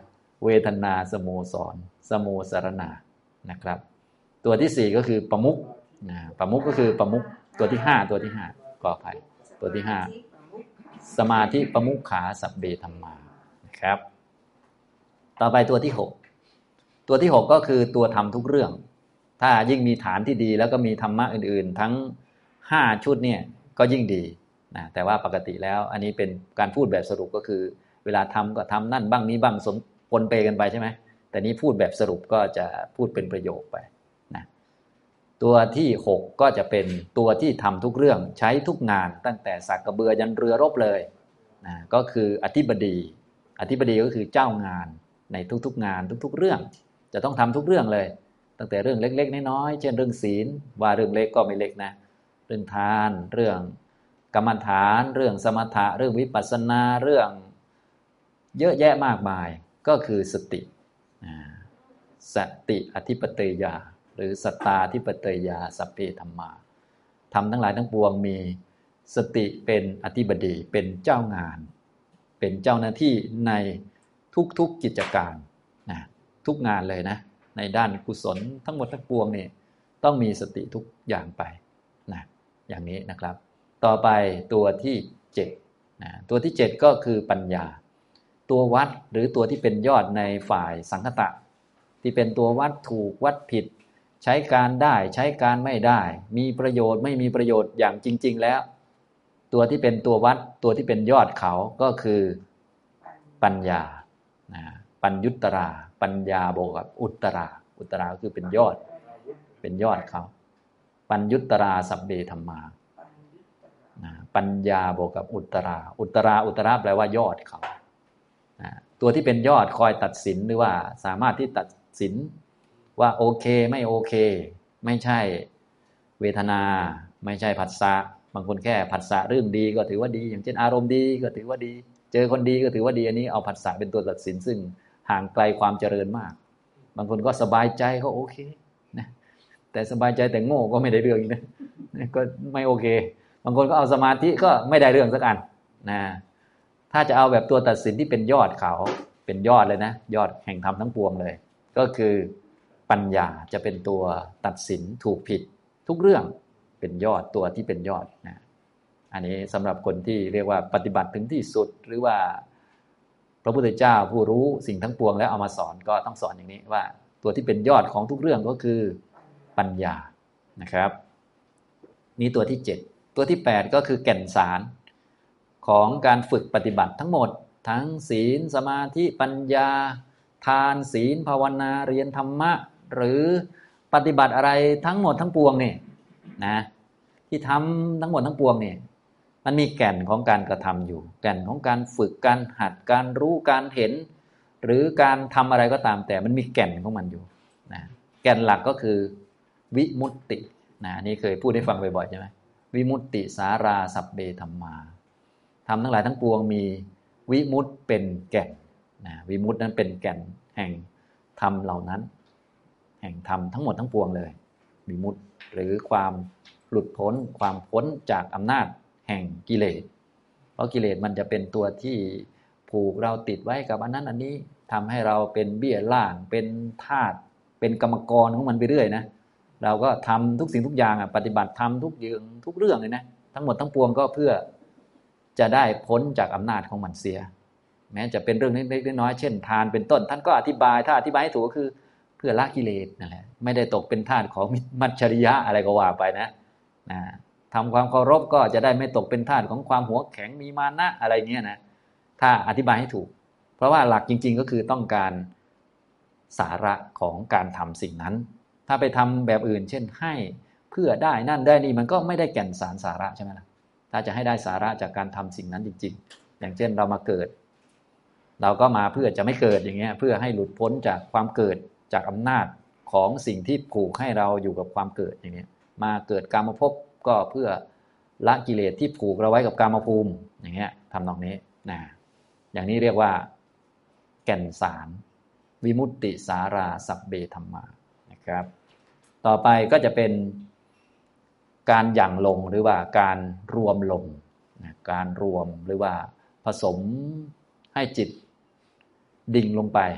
เวทนาสโมสรสโมสรณานะครับตัวที่สี่ก็คือประมุขนะประมุขก็คือประมุขตัวที่ห้าตัวที่ห้าก็อภัยตัวที่ห้าสมาธิประมุขขาสัพเบธัมมานะครับต่อไปตัวที่หกตัวที่หกก็คือตัวทำทุกเรื่องถ้ายิ่งมีฐานที่ดีแล้วก็มีธรรมะอื่นๆทั้งห้าชุดเนี่ยก็ยิ่งดีนะแต่ว่าปกติแล้วอันนี้เป็นการพูดแบบสรุปก็คือเวลาทำก็ทำนั่นบ้างนี้บ้างสมปนเปกันไปใช่ไหมแต่นี้พูดแบบสรุปก็จะพูดเป็นประโยคไปนะตัวที่หกก็จะเป็นตัวที่ทำทุกเรื่องใช้ทุกงานตั้งแต่สักกระเบือยันเรือรบเลยนะก็คืออธิบดีอธิบดีก็คือเจ้างานในทุกๆงานทุกๆเรื่องจะต้องทำทุกเรื่องเลยตั้งแต่เรื่องเล็กๆน้อยๆเช่นเรื่องศีลว่าเรื่องเล็กก็ไม่เล็กนะเรื่องทานเรื่องกรรมฐานเรื่องสมถะเรื่องวิปัสสนาเรื่องเยอะแยะมากมายก็คือสติสติอธิปเตยาหรือสัตตาธิปเตยาสัพเพธัมมาธรรมทั้งหลายทั้งปวงมีสติเป็นอธิบดีเป็นเจ้างานเป็นเจ้าหน้าที่ในทุกๆกิจการนะทุกงานเลยนะในด้านกุศลทั้งหมดทั้งปวงนี่ต้องมีสติทุกอย่างไปนะอย่างนี้นะครับต่อไปตัวที่เจ็ดนะตัวที่เจ็ดก็คือปัญญาตัววัดหรือตัวที่เป็นยอดในฝ่ายสังคตะที่เป็นตัววัดถูกวัดผิดใช้การได้ใช้การไม่ได้มีประโยชน์ไม่มีประโยชน์อย่างจริงๆแล้วตัวที่เป็นตัววัดตัวที่เป็นยอดเขาก็คือปัญญานะปัญญุตราปัญญาบวกกับอุตราอุตราก็คือเป็นยอดเป็นยอดเขาปัญญุตราสัพเบธัมมานะปัญญาบวกกับอุตราอุตราอุตราแปลว่ายอดเขานะตัวที่เป็นยอดคอยตัดสินหรือว่าสามารถที่ตัดสินว่าโอเคไม่โอเคไม่ใช่เวทนาไม่ใช่ผัสสะบางคนแค่ผัสสะเรื่องดีก็ถือว่าดีอย่างเช่นอารมณ์ดีก็ถือว่าดีเจอคนดีก็ถือว่าดีอันนี้เอาผัสสะเป็นตัวตัดสินซึ่งห่างไกลความเจริญมากบางคนก็สบายใจก็โอเคนะแต่สบายใจแต่โง่ก็ไม่ได้เรื่องอีกนะก็ไม่โอเคบางคนก็เอาสมาธิก็ไม่ได้เรื่องสักอันนะถ้าจะเอาแบบตัวตัดสินที่เป็นยอดเขาเป็นยอดเลยนะยอดแห่งธรรมทั้งปวงเลยก็คือปัญญาจะเป็นตัวตัดสินถูกผิดทุกเรื่องเป็นยอดตัวที่เป็นยอดนะอันนี้สำหรับคนที่เรียกว่าปฏิบัติถึงที่สุดหรือว่าพระพุทธเจ้าผู้รู้สิ่งทั้งปวงแล้วเอามาสอนก็ต้องสอนอย่างนี้ว่าตัวที่เป็นยอดของทุกเรื่องก็คือปัญญานะครับนี่ตัวที่เจ็ดตัวที่แปดก็คือแก่นสารของการฝึกปฏิบัติทั้งหมดทั้งศีลสมาธิปัญญาทานศีลภาวนาเรียนธรรมะหรือปฏิบัติอะไรทั้งหมดทั้งปวงนี่นะที่ทำทั้งหมดทั้งปวงนี่มันมีแก่นของการกระทำอยู่แก่นของการฝึกการหัดการรู้การเห็นหรือการทำอะไรก็ตามแต่มันมีแก่นของมันอยู่นะแก่นหลักก็คือวิมุตตินะนี่เคยพูดให้ฟังบ่อยๆใช่ไหมวิมุตติสาราสัพเบธัมมาทำทั้งหลายทั้งปวงมีวิมุตติเป็นแก่นนะวิมุตตินั้นเป็นแก่นแห่งธรรมเหล่านั้นแห่งธรรมทั้งหมดทั้งปวงเลยวิมุตติหรือความหลุดพ้นความพ้นจากอำนาจแห่งกิเลสเพราะกิเลสมันจะเป็นตัวที่ผูกเราติดไว้กับอันนั้นอันนี้ทำให้เราเป็นเบี้ยล่างเป็นทาสเป็นกรรมกรของมันไปเรื่อยนะเราก็ทำทุกสิ่งทุกอย่างอ่ะปฏิบัติทำทุกอย่างทุกเรื่องเลยนะทั้งหมดทั้งปวงก็เพื่อจะได้พ้นจากอำนาจของมันเสียแม้จะเป็นเรื่องเล็กๆน้อยๆเช่นทานเป็นต้นท่านก็อธิบายถ้าอธิบายให้ถูกก็คือเพื่อละกิเลสนั่นแหละไม่ได้ตกเป็นทาสของมัจฉริยะอะไรก็ว่าไปนะนะทำความเคารพก็จะได้ไม่ตกเป็นทาสของความหัวแข็งมีมานะอะไรเงี้ยนะถ้าอธิบายให้ถูกเพราะว่าหลักจริงๆก็คือต้องการสาระของการทำสิ่งนั้นถ้าไปทำแบบอื่นเช่นให้เพื่อได้นั่นได้นี่มันก็ไม่ได้แก่นสารสาระใช่ไหมล่ะถ้าจะให้ได้สาระจากการทำสิ่งนั้นจริงๆอย่างเช่นเรามาเกิดเราก็มาเพื่อจะไม่เกิดอย่างเงี้ยเพื่อให้หลุดพ้นจากความเกิดจากอำนาจของสิ่งที่ผูกให้เราอยู่กับความเกิดอย่างเงี้ยมาเกิดกามภพก็เพื่อละกิเลสที่ผูกเราไว้กับกามภูมิอย่างเงี้ยทำนองนี้นะอย่างนี้เรียกว่าแก่นสารวิมุตติสาราสัพเบธัมมานะครับต่อไปก็จะเป็นการหยั่งลงหรือว่าการรวมลงนะการรวมหรือว่าผสมให้จิตดิ่งลงไป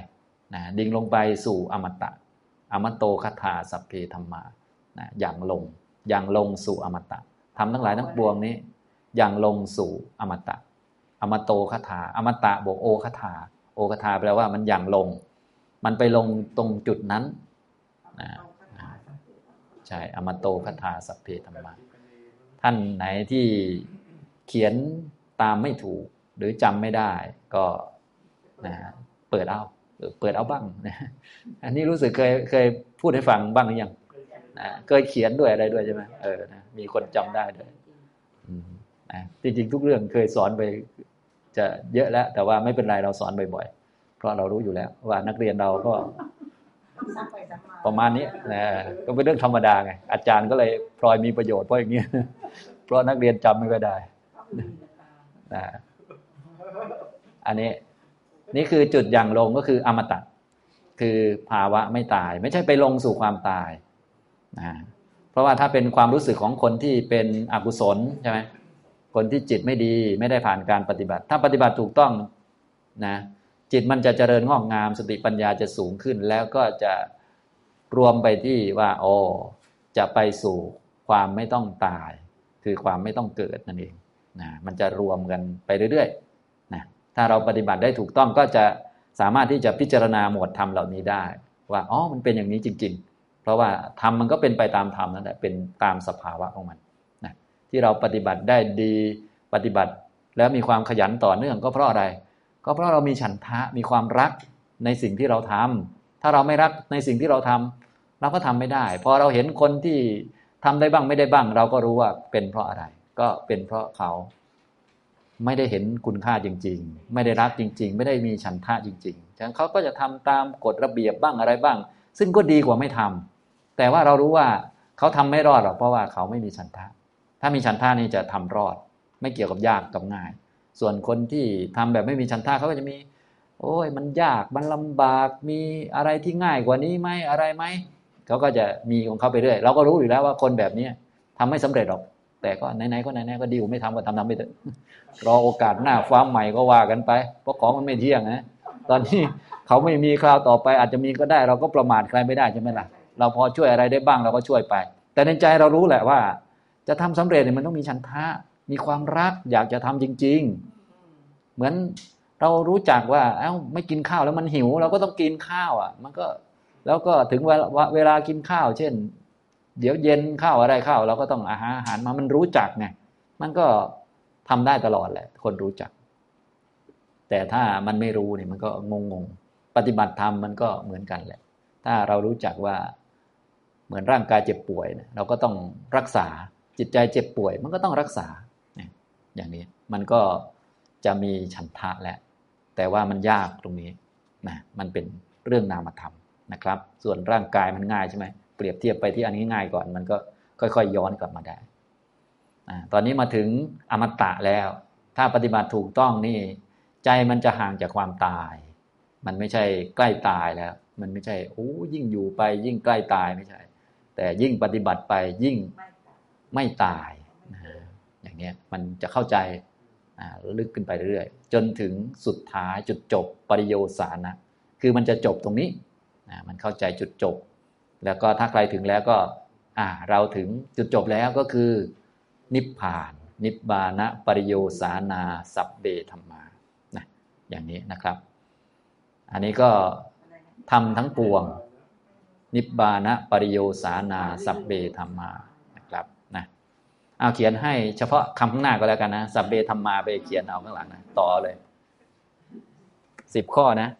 นะดิ่งลงไปสู่อมตะอมตโตคถาสัพเพธัมมานะอย่างลงอย่างลงสู่อมตะทำทั้งหลายทั้งปวงนี้อย่างลงสู่อมตะอมตโตคถาอมตะบวกโอคถาโอคถาแปลว่ามันอย่างลงมันไปลงตรงจุดนั้นนะใช่อมตโตคถาสัพเพธัมมาท่านไหนที่เขียนตามไม่ถูกหรือจำไม่ได้ก็นะเปิดเอาเปิดเอาบ้างนะอันนี้รู้สึกเคยเคยพูดให้ฟังบ้างหรือยังนะเคยเขียนด้วยอะไรด้วยใช่ไหมเออนะมีคนจำได้ด้วยนะจริงๆทุกเรื่องเคยสอนไปจะเยอะแล้วแต่ว่าไม่เป็นไรเราสอนบ่อยๆเพราะเรารู้อยู่แล้วว่านักเรียนเราก็ประมาณนี้นะก็เป็นเรื่องธรรมดาไงอาจารย์ก็เลยพลอยมีประโยชน์เพราะอย่างนี้เพราะนักเรียนจำไม่ค่อยได้นะอันนี้นี่คือจุดอย่างลงก็คืออมตะคือภาวะไม่ตายไม่ใช่ไปลงสู่ความตายนะเพราะว่าถ้าเป็นความรู้สึกของคนที่เป็นอกุศลใช่ไหมคนที่จิตไม่ดีไม่ได้ผ่านการปฏิบัติถ้าปฏิบัติถูกต้องนะจิตมันจะเจริญงอกงามสติปัญญาจะสูงขึ้นแล้วก็จะรวมไปที่ว่าโอ้จะไปสู่ความไม่ต้องตายคือความไม่ต้องเกิดนั่นเองนะมันจะรวมกันไปเรื่อยๆนะถ้าเราปฏิบัติได้ถูกต้องก็จะสามารถที่จะพิจารณาหมวดธรรมเหล่านี้ได้ว่าอ๋อมันเป็นอย่างนี้จริงๆเพราะว่าธรรมมันก็เป็นไปตามธรรมนั่นแหละเป็นตามสภาวะของมันนะที่เราปฏิบัติได้ดีปฏิบัติแล้วมีความขยันต่อเนื่องก็เพราะอะไรก็เพราะเรามีฉันทะมีความรักในสิ่งที่เราทำถ้าเราไม่รักในสิ่งที่เราทำเราก็ทำไม่ได้พอเราเห็นคนที่ทำได้บ้างไม่ได้บ้างเราก็รู้ว่าเป็นเพราะอะไรก็เป็นเพราะเขาไม่ได้เห็นคุณค่าจริงๆไม่ได้รักจริงๆไม่ได้มีฉันทะจริงๆฉะนั้นเขาก็จะทำตามกฎระเบียบบ้างอะไรบ้างซึ่งก็ดีกว่าไม่ทำแต่ว่าเรารู้ว่าเขาทำไม่รอดหรอกเพราะว่าเขาไม่มีฉันทะถ้ามีฉันทะนี่จะทำรอดไม่เกี่ยวกับยากกับง่ายส่วนคนที่ทำแบบไม่มีฉันทะเขาก็จะมีโอ้ยมันยากมันลำบากมีอะไรที่ง่ายกว่านี้ไหมอะไรไหมเขาก็จะมีของเขาไปเรื่อยเราก็รู้อยู่แล้วว่าคนแบบนี้ทำไม่สำเร็จหรอกแต่ก็ไหนๆก็ไหนๆก็ดีกว่าไม่ทำก็ทำทำไปเถอะรอโอกาสหน้าฟ้าใหม่ก็ว่ากันไปเพราะของมันไม่เที่ยงนะตอนนี้เขาไม่มีคราวต่อไปอาจจะมีก็ได้เราก็ประมาทใครไม่ได้ใช่ไหมล่ะเราพอช่วยอะไรได้บ้างเราก็ช่วยไปแต่ในใจเรารู้แหละว่าจะทำสำเร็จเนี่ยมันต้องมีฉันทะมีความรักอยากจะทำจริงๆเหมือนเรารู้จักว่าเอ้าไม่กินข้าวแล้วมันหิวเราก็ต้องกินข้าวอ่ะมันก็แล้วก็ถึงเวลาเวลากินข้าวเช่นเดี๋ยวเย็นข้าวอะไรข้าวเราก็ต้องอาหารอาหารมามันรู้จักไงมันก็ทำได้ตลอดแหละคนรู้จักแต่ถ้ามันไม่รู้เนี่ยมันก็งงๆปฏิบัติธรรมมันก็เหมือนกันแหละถ้าเรารู้จักว่าเหมือนร่างกายเจ็บป่วยเนี่ยเราก็ต้องรักษาจิตใจเจ็บป่วยมันก็ต้องรักษาเนี่ยอย่างนี้มันก็จะมีฉันทะแหละแต่ว่ามันยากตรงนี้นะมันเป็นเรื่องนามธรรมนะครับส่วนร่างกายมันง่ายใช่ไหมเปรียบเทียบไปที่อันนี้ง่ายก่อนมันก็ค่อยๆย้อนกลับมาได้ตอนนี้มาถึงอมตะแล้วถ้าปฏิบัติถูกต้องนี่ใจมันจะห่างจากความตายมันไม่ใช่ใกล้ตายแล้วมันไม่ใช่โอ้ยิ่งอยู่ไปยิ่งใกล้ตายไม่ใช่แต่ยิ่งปฏิบัติไปยิ่งไม่ตายอย่างนี้มันจะเข้าใจลึกขึ้นไปเรื่อยๆจนถึงสุดท้ายจุดจบปริโยสานะคือมันจะจบตรงนี้มันเข้าใจจุดจบแล้วก็ถ้าใครถึงแล้วก็อ่าเราถึงจุดจบแล้วก็คือนิพพานนิบบานะปริโยสานาสัพเบธัมมานะอย่างนี้นะครับอันนี้ก็ทำทั้งปวงนิบบานะปริโยสานาสัพเบธัมมานะครับนะเอาเขียนให้เฉพาะคำข้างหน้าก็แล้วกันนะสัพเบธัมมาไปเขียนเอาข้างหลังนะต่อเลยสิบข้อนะ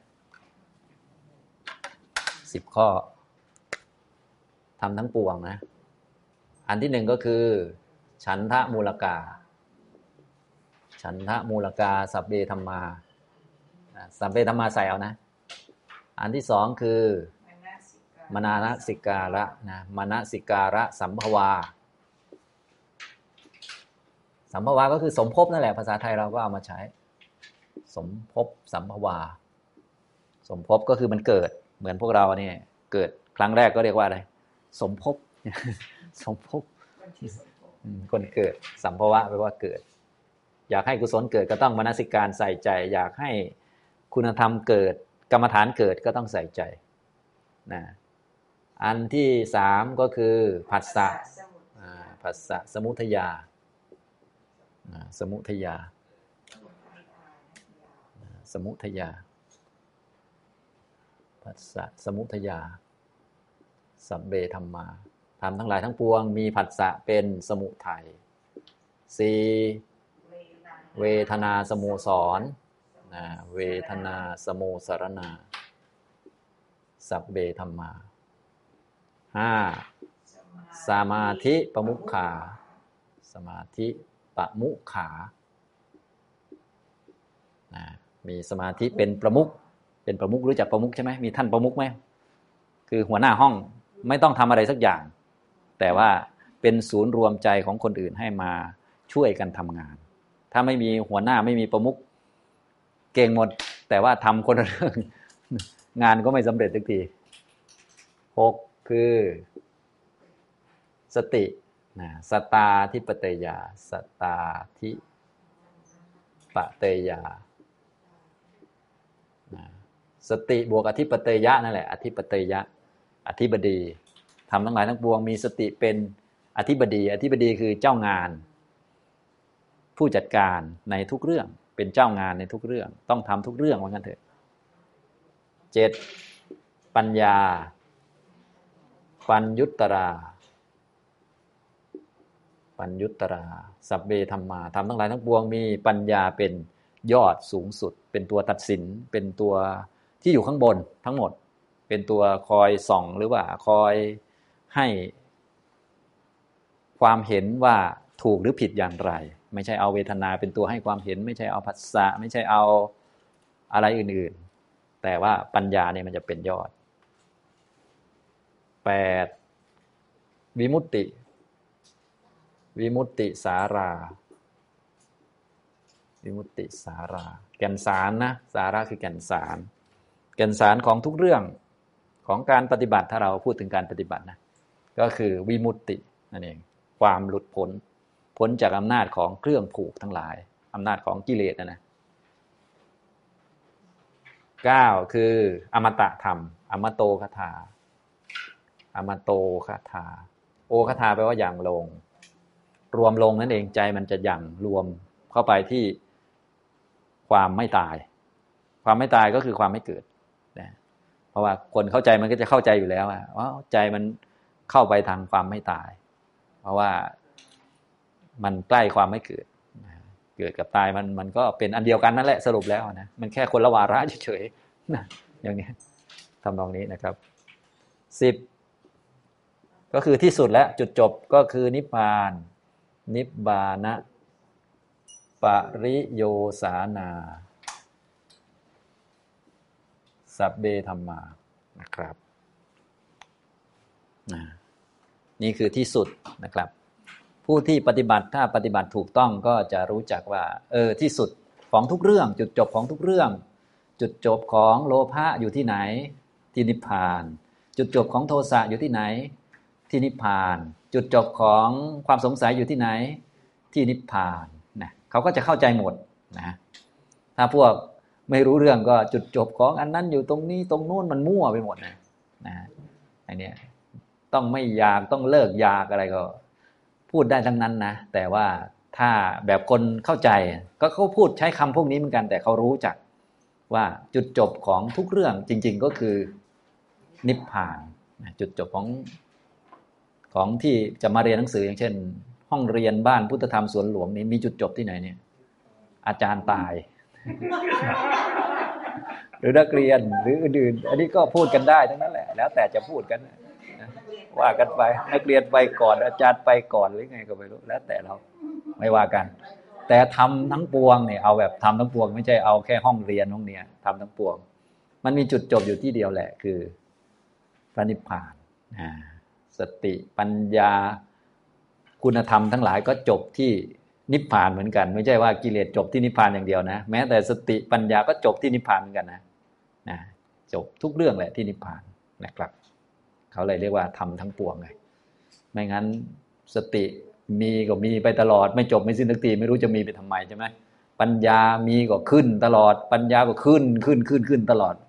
สิบข้อทำทั้งปวงนะอันที่หนึ่งก็คือฉันทะมูลกาฉันทะมูลกาสัพเบธัมมาสัพเบธัมมาใส่เอานะอันที่สองคือมนานสิการะนะมนสิการะสัมภวาสัมภวาก็คือสมภพนั่นแหละภาษาไทยเราก็เอามาใช้สมภพสัมภวาสมภพก็คือมันเกิดเหมือนพวกเราเนี่ยเกิดครั้งแรกก็เรียกว่าอะไรสมภพสมภพคนเกิดสัมภวะแปลว่าเกิดอยากให้กุศลเกิดก็ต้องมนสิการใส่ใจอยากให้คุณธรรมเกิดกรรมฐานเกิดก็ต้องใส่ใจนะอันที่สามก็คือผัสสะผัสสะสมุทัยญาสมุทัยญาสมุทัยญาผัสสะสมุทัยญาสัพเบธัมมาธรรมทั้งหลายทั้งปวงมีผัสสะเป็นสมุทัยสี่เวทนาสโมสรเวทนาสโมสรณาสัพเบธัมมาห้าสมาธิปมุขขา สมาธิปมุขขามีสมาธิเป็นประมุขเป็นประมุขรู้จักประมุขใช่ไหมมีท่านประมุขไหมคือหัวหน้าห้องไม่ต้องทำอะไรสักอย่างแต่ว่าเป็นศูนย์รวมใจของคนอื่นให้มาช่วยกันทำงานถ้าไม่มีหัวหน้าไม่มีประมุขเก่งหมดแต่ว่าทำคนละเรื่องงานก็ไม่สำเร็จสักทีหกคือสตินะสตาธิปเตยาสตาธิปเตยานะสติบวกอธิปเตยะนั่นแหละอธิปเตยะอธิบดีทำทั้งหลายทั้งปวงมีสติเป็นอธิบดีอธิบดีคือเจ้างานผู้จัดการในทุกเรื่องเป็นเจ้างานในทุกเรื่องต้องทำทุกเรื่องว่างั้นเถอะเจ็ดปัญญาปัญยุตตราปัญยุตตราสัพเบธัมมาทำทั้งหลายทั้งปวงมีปัญญาเป็นยอดสูงสุดเป็นตัวตัดสินเป็นตัวที่อยู่ข้างบนทั้งหมดเป็นตัวคอยส่องหรือว่าคอยให้ความเห็นว่าถูกหรือผิดอย่างไรไม่ใช่เอาเวทนาเป็นตัวให้ความเห็นไม่ใช่เอาผัสสะไม่ใช่เอาอะไรอื่นๆแต่ว่าปัญญาเนี่ยมันจะเป็นยอดแปดวิมุตติวิมุตติสาราวิมุตติสาราแก่นสารนะสาระคือแก่นสารแก่นสารของทุกเรื่องของการปฏิบัติถ้าเราพูดถึงการปฏิบัตินะก็คือวิมุตตินั่นเองความหลุดพ้นพ้นจากอำนาจของเครื่องผูกทั้งหลายอำนาจของกิเลสนะนะเก้าคืออมตะธรรมอมโตคถาอมโตคถาโอคถาแปลว่าอย่างลงรวมลงนั่นเองใจมันจะอย่างรวมเข้าไปที่ความไม่ตายความไม่ตายก็คือความไม่เกิดนะเพราะว่าคนเข้าใจมันก็จะเข้าใจอยู่แล้วว่าใจมันเข้าไปทางความไม่ตายเพราะว่ามันใกล้ความไม่เกิดเกิดกับตายมันมันก็เป็นอันเดียวกันนั่นแหละสรุปแล้วนะมันแค่คนละวาระเฉยๆนะอย่างนี้ทำนองนี้นะครับสิบก็คือที่สุดแล้วจุดจบก็คือนิพพานนิพพานะปริโยสานาสัพเบธัมมานะครับนี่คือที่สุดนะครับผู้ที่ปฏิบัติถ้าปฏิบัติถูกต้องก็จะรู้จักว่าเออที่สุดของทุกเรื่องจุดจบของทุกเรื่องจุดจบของโลภะอยู่ที่ไหนที่นิพพานจุดจบของโทสะอยู่ที่ไหนที่นิพพานจุดจบของความสงสัยอยู่ที่ไหนที่นิพพานนะเขาก็จะเข้าใจหมดนะถ้าพวกไม่รู้เรื่องก็จุดจบของอันนั้นอยู่ตรงนี้ตรงนู้นมันมั่วไปหมดนะนะไอ้นี่ต้องไม่อยากต้องเลิกอยากอะไรก็พูดได้ทั้งนั้นนะแต่ว่าถ้าแบบคนเข้าใจก็เขาพูดใช้คำพวกนี้เหมือนกันแต่เขารู้จักว่าจุดจบของทุกเรื่องจริงๆก็คือนิพพานจุดจบของของที่จะมาเรียนหนังสืออย่างเช่นห้องเรียนบ้านพุทธธรรมสวนหลวงนี้มีจุดจบที่ไหนเนี่ยอาจารย์ตาย หรือนักเรียนหรืออื่นๆอันนี้ก็พูดกันได้ทั้งนั้นแหละแล้วแต่จะพูดกันนะว่ากันไปนักเรียนไปก่อนอาจารย์ไปก่อนหรือไงก็ไม่รู้แล้วแต่เราไม่ว่ากันแต่ทำทั้งปวงเนี่ยเอาแบบทำทั้งปวงไม่ใช่เอาแค่ห้องเรียนห้องเนี้ยทำทั้งปวงมันมีจุดจบอยู่ที่เดียวแหละคือพระนิพพานอ่าสติปัญญาคุณธรรมทั้งหลายก็จบที่นิพพานเหมือนกันไม่ใช่ว่ากิเลสจบที่นิพพานอย่างเดียวนะแม้แต่สติปัญญาก็จบที่นิพพานเหมือนกันนะนะจบทุกเรื่องแหละที่นิพพานนะครับเขาเลยเรียกว่าทำทั้งปวงไงไม่งั้นสติมีก็มีไปตลอดไม่จบไม่สิ้นสักทีไม่รู้จะมีไปทำไมใช่ไหมปัญญามีก็ขึ้นตลอดปัญญาก็ขึ้นขึ้นขึ้นขึ้นตลอด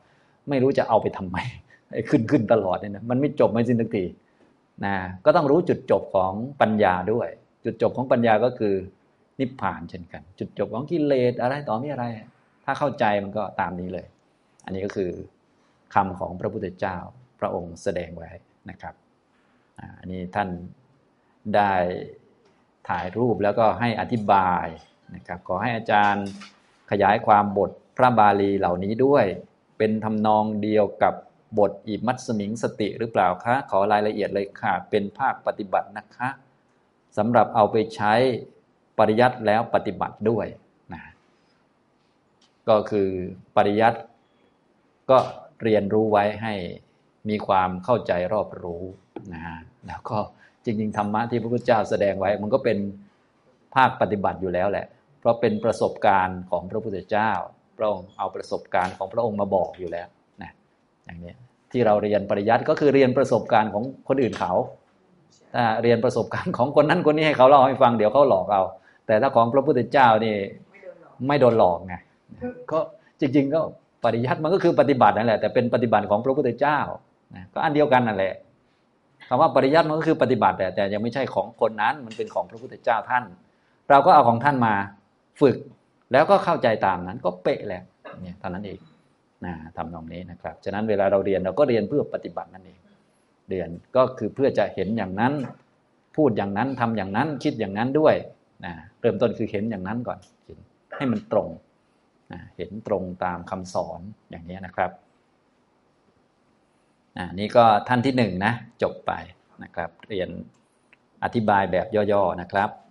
ไม่รู้จะเอาไปทำไมขึ้นขึ้นตลอดเนี่ยนะมันไม่จบไม่สิ้นสักทีนะก็ต้องรู้จุดจบของปัญญาด้วยจุดจบของปัญญาก็คือนิพพานเช่นกันจุดจบของกิเลสอะไรต่อมีอะไรถ้าเข้าใจมันก็ตามนี้เลยอันนี้ก็คือคำของพระพุทธเจ้าพระองค์แสดงไว้นะครับอันนี้ท่านได้ถ่ายรูปแล้วก็ให้อธิบายนะครับขอให้อาจารย์ขยายความบทพระบาลีเหล่านี้ด้วยเป็นทำนองเดียวกับบทอิมัตสมิงสติหรือเปล่าคะขอรายละเอียดเลยค่ะเป็นภาคปฏิบัตินะคะสำหรับเอาไปใช้ปริยัติแล้วปฏิบัติด้วยนะก็คือปริยัติก็เรียนรู้ไว้ให้มีความเข้าใจรอบรู้นะแล้วก็จริงๆธรรมะที่พระพุทธเจ้าแสดงไว้มันก็เป็นภาคปฏิบัติอยู่แล้วแหละเพราะเป็นประสบการณ์ของพระพุทธเจ้าพระองค์เอาประสบการณ์ของพระองค์มาบอกอยู่แล้วนะอย่างนี้ที่เราเรียนปริยัติก็คือเรียนประสบการณ์ของคนอื่นเขาถ้าเรียนประสบการณ์ของคนนั้นคนนี้ให้เขาเล่าให้ฟังเดี๋ยวเขาหลอกเราแต่ถ้าของพระพุทธเจ้านี่ไม่โดนหลอกไงก็จริงๆก็ปริยัติมันก็คือปฏิบัตินั่นแหละแต่เป็นปฏิบัติของพระพุทธเจ้านะก็อันเดียวกันนั่นแหละคำว่าปริยัติมันก็คือปฏิบัติแต่แต่ยังไม่ใช่ของคนนั้นมันเป็นของพระพุทธเจ้าท่านเราก็เอาของท่านมาฝึกแล้วก็เข้าใจตามนั้นก็เป๊ะแล้วเนี่ยเท่านั้นเองนะทำนองนี้นะครับฉะนั้นเวลาเราเรียนเราก็เรียนเพื่อปฏิบัตินั่นเองเรียนก็คือเพื่อจะเห็นอย่างนั้นพูดอย่างนั้นทำอย่างนั้นคิดอย่างนั้นด้วยนะเริ่มต้นคือเห็นอย่างนั้นก่อนเห็นให้มันตรงนะเห็นตรงตามคำสอนอย่างนี้นะครับอ่านี่ก็ท่านที่หนึ่งนะจบไปนะครับเรียนอธิบายแบบย่อๆนะครับ